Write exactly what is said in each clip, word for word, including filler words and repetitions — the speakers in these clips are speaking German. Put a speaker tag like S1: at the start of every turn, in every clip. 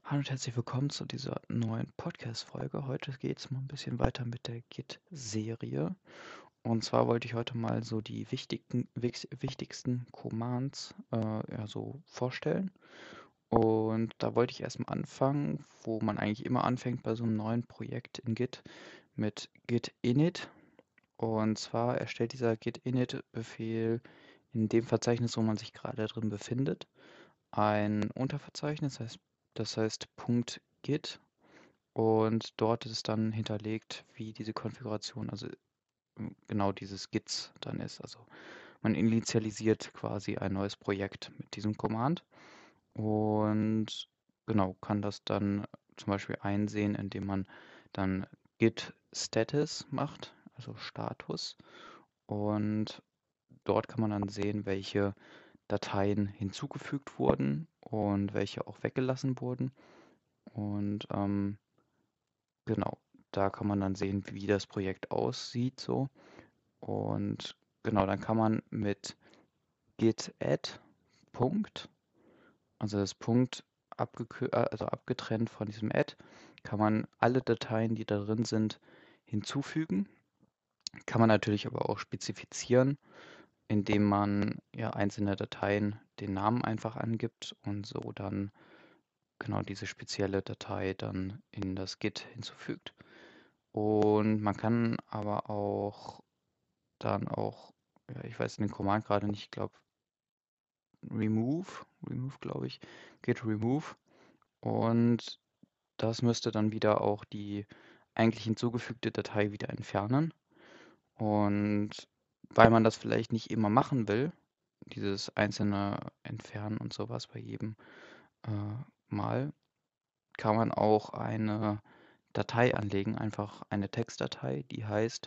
S1: Hallo und herzlich willkommen zu dieser neuen Podcast-Folge. Heute geht es mal ein bisschen weiter mit der Git-Serie. Und zwar wollte ich heute mal so die wichtigsten, wix- wichtigsten Commands äh, ja, so vorstellen. Und da wollte ich erstmal anfangen, wo man eigentlich immer anfängt bei so einem neuen Projekt in Git mit git init. Und zwar erstellt dieser git init-Befehl in dem Verzeichnis, wo man sich gerade drin befindet, ein Unterverzeichnis, heißt, das heißt .git, und dort ist es dann hinterlegt, wie diese Konfiguration, also ähm, genau dieses Gits dann ist. Also man initialisiert quasi ein neues Projekt mit diesem Command und genau kann das dann zum Beispiel einsehen, indem man dann git status macht, also Status, und dort kann man dann sehen, welche Dateien hinzugefügt wurden und welche auch weggelassen wurden. Und ähm, genau, da kann man dann sehen, wie das Projekt aussieht so. Und genau, dann kann man mit git add Punkt, also das Punkt abgekür äh, also abgetrennt von diesem add, kann man alle Dateien, die da drin sind, hinzufügen. Kann man natürlich aber auch spezifizieren, indem man ja einzelne Dateien den Namen einfach angibt und so dann genau diese spezielle Datei dann in das Git hinzufügt. Und man kann aber auch dann auch, ja, ich weiß den Command gerade nicht, ich glaube remove, remove glaube ich, git remove, und das müsste dann wieder auch die eigentlich hinzugefügte Datei wieder entfernen. Und weil man das vielleicht nicht immer machen will, dieses einzelne Entfernen und sowas bei jedem äh, Mal, kann man auch eine Datei anlegen, einfach eine Textdatei, die heißt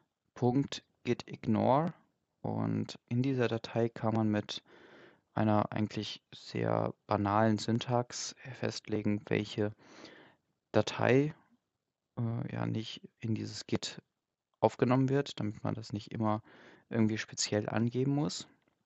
S1: .gitignore, und in dieser Datei kann man mit einer eigentlich sehr banalen Syntax festlegen, welche Datei äh, ja nicht in dieses Git aufgenommen wird, damit man das nicht immer irgendwie speziell angeben muss.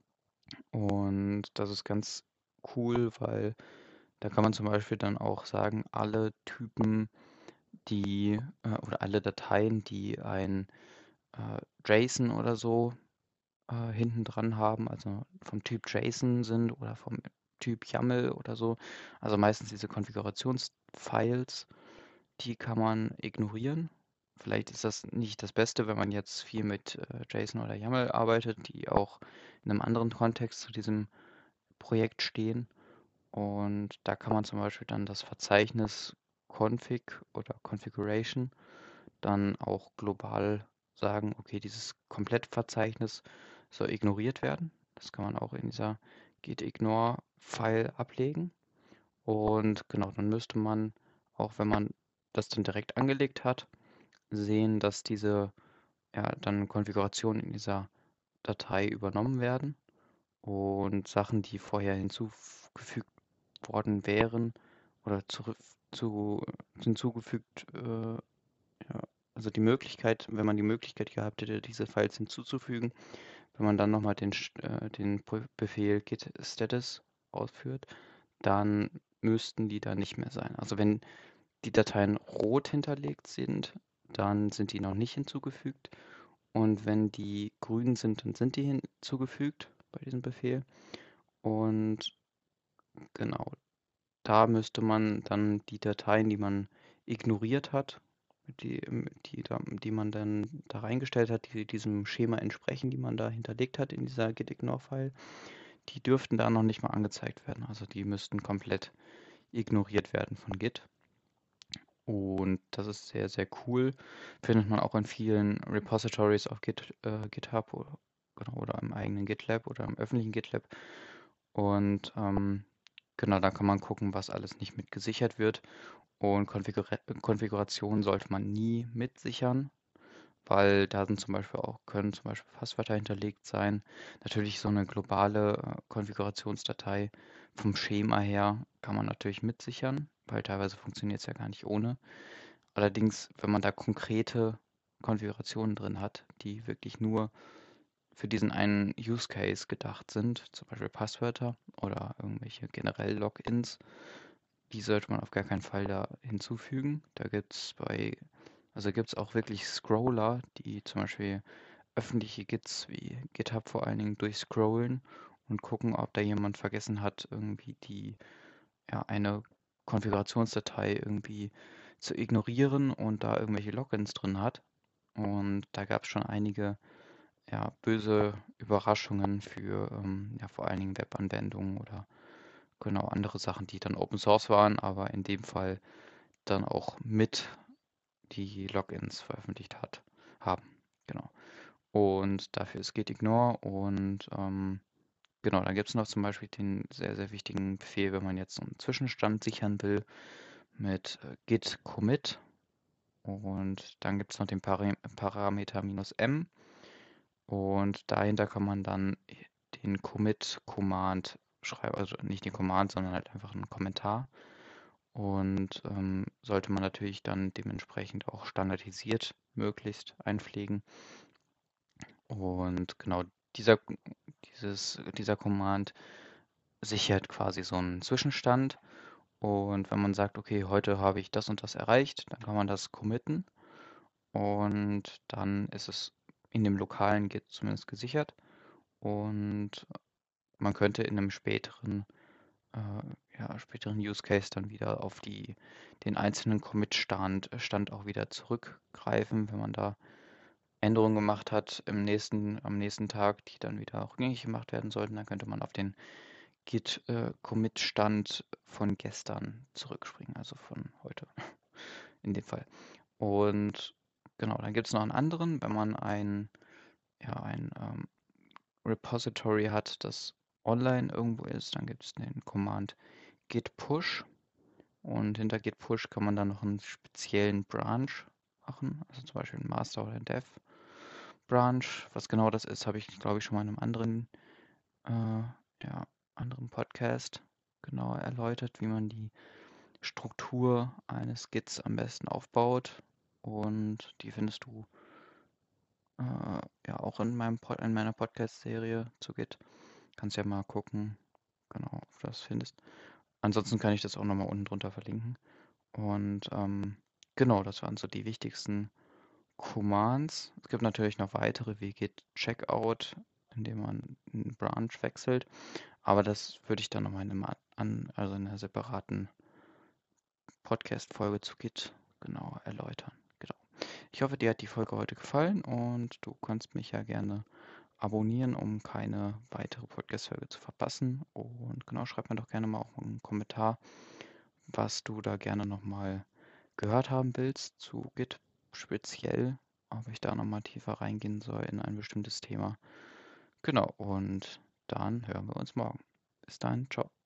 S1: Und das ist ganz cool, weil da kann man zum Beispiel dann auch sagen, alle Typen, die äh, oder alle Dateien, die ein äh, JSON oder so äh, hinten dran haben, also vom Typ JSON sind oder vom Typ YAML oder so. Also meistens diese Konfigurationsfiles, die kann man ignorieren. Vielleicht ist das nicht das Beste, wenn man jetzt viel mit äh, JSON oder YAML arbeitet, die auch in einem anderen Kontext zu diesem Projekt stehen. Und da kann man zum Beispiel dann das Verzeichnis Config oder Configuration dann auch global sagen, okay, dieses Komplettverzeichnis soll ignoriert werden. Das kann man auch in dieser gitignore-File ablegen. Und genau, dann müsste man, auch wenn man das dann direkt angelegt hat, sehen, dass diese ja, dann Konfigurationen in dieser Datei übernommen werden und Sachen, die vorher hinzugefügt worden wären oder zurück zu, hinzugefügt äh, ja, also die Möglichkeit, wenn man die Möglichkeit gehabt hätte, diese Files hinzuzufügen, wenn man dann nochmal den, Sch- äh, den Be- Befehl git status ausführt, dann müssten die da nicht mehr sein. Also wenn die Dateien rot hinterlegt sind, dann sind die noch nicht hinzugefügt. Und wenn die grün sind, dann sind die hinzugefügt bei diesem Befehl. Und genau, da müsste man dann die Dateien, die man ignoriert hat, die, ähm, die, da, die man dann da reingestellt hat, die diesem Schema entsprechen, die man da hinterlegt hat in dieser gitignore-File, die dürften da noch nicht mal angezeigt werden. Also die müssten komplett ignoriert werden von Git. Und das ist sehr, sehr cool. Findet man auch in vielen Repositories auf Git, äh, GitHub oder, genau, oder im eigenen GitLab oder im öffentlichen GitLab. Und ähm, genau, da kann man gucken, was alles nicht mit gesichert wird. Und Konfigura Konfiguration sollte man nie mitsichern, weil da sind zum Beispiel auch, können zum Beispiel Passwörter hinterlegt sein. Natürlich so eine globale äh, Konfigurationsdatei vom Schema her kann man natürlich mitsichern, weil teilweise funktioniert es ja gar nicht ohne. Allerdings, wenn man da konkrete Konfigurationen drin hat, die wirklich nur für diesen einen Use Case gedacht sind, zum Beispiel Passwörter oder irgendwelche generell Logins, die sollte man auf gar keinen Fall da hinzufügen. Da gibt's bei, also gibt's auch wirklich Scroller, die zum Beispiel öffentliche Gits wie GitHub vor allen Dingen durchscrollen und gucken, ob da jemand vergessen hat, irgendwie die, ja, eine Konfigurationsdatei irgendwie zu ignorieren und da irgendwelche Logins drin hat. Und da gab es schon einige, ja, böse Überraschungen für, ähm, ja, vor allen Dingen Webanwendungen oder genau andere Sachen, die dann Open Source waren, aber in dem Fall dann auch mit die Logins veröffentlicht hat, haben. Genau. Und dafür ist Git Ignore und ähm, genau, dann gibt es noch zum Beispiel den sehr, sehr wichtigen Befehl, wenn man jetzt so einen Zwischenstand sichern will, mit äh, Git Commit und dann gibt es noch den Param Parameter "-m" und dahinter kann man dann den Commit-Command schreiben, also nicht den Command, sondern halt einfach einen Kommentar. Und ähm, sollte man natürlich dann dementsprechend auch standardisiert möglichst einpflegen. Und genau dieser, dieses, dieser Command sichert quasi so einen Zwischenstand. Und wenn man sagt, okay, heute habe ich das und das erreicht, dann kann man das committen. Und dann ist es in dem lokalen Git zumindest gesichert. Und man könnte in einem späteren, äh, ja, späteren Use Case dann wieder auf die, den einzelnen Commit-Stand Stand auch wieder zurückgreifen, wenn man da Änderungen gemacht hat im nächsten, am nächsten Tag, die dann wieder rückgängig gemacht werden sollten. Dann könnte man auf den Git-Commit-Stand von gestern zurückspringen, also von heute in dem Fall. Und genau, dann gibt es noch einen anderen, wenn man ein, ja, ein ähm, Repository hat, das online irgendwo ist, dann gibt es den Command git push und hinter git push kann man dann noch einen speziellen Branch machen, also zum Beispiel einen Master oder einen Dev Branch. Was genau das ist, habe ich, glaube ich, schon mal in einem anderen, äh, ja, anderen Podcast genauer erläutert, wie man die Struktur eines Gits am besten aufbaut. Und die findest du äh, ja auch in meinem Pod in meiner Podcast-Serie zu Git. Kannst ja mal gucken, genau, ob du das findest. Ansonsten kann ich das auch nochmal unten drunter verlinken. Und ähm, genau, das waren so die wichtigsten Commands. Es gibt natürlich noch weitere wie Git Checkout, indem man einen Branch wechselt. Aber das würde ich dann nochmal in einem an, also in einer separaten Podcast-Folge zu Git genau erläutern. Genau. Ich hoffe, dir hat die Folge heute gefallen und du kannst mich ja gerne abonnieren, um keine weitere Podcast-Folge zu verpassen. Und genau, schreib mir doch gerne mal auch einen Kommentar, was du da gerne nochmal gehört haben willst zu Git speziell, ob ich da nochmal tiefer reingehen soll in ein bestimmtes Thema. Genau, und dann hören wir uns morgen. Bis dann, ciao.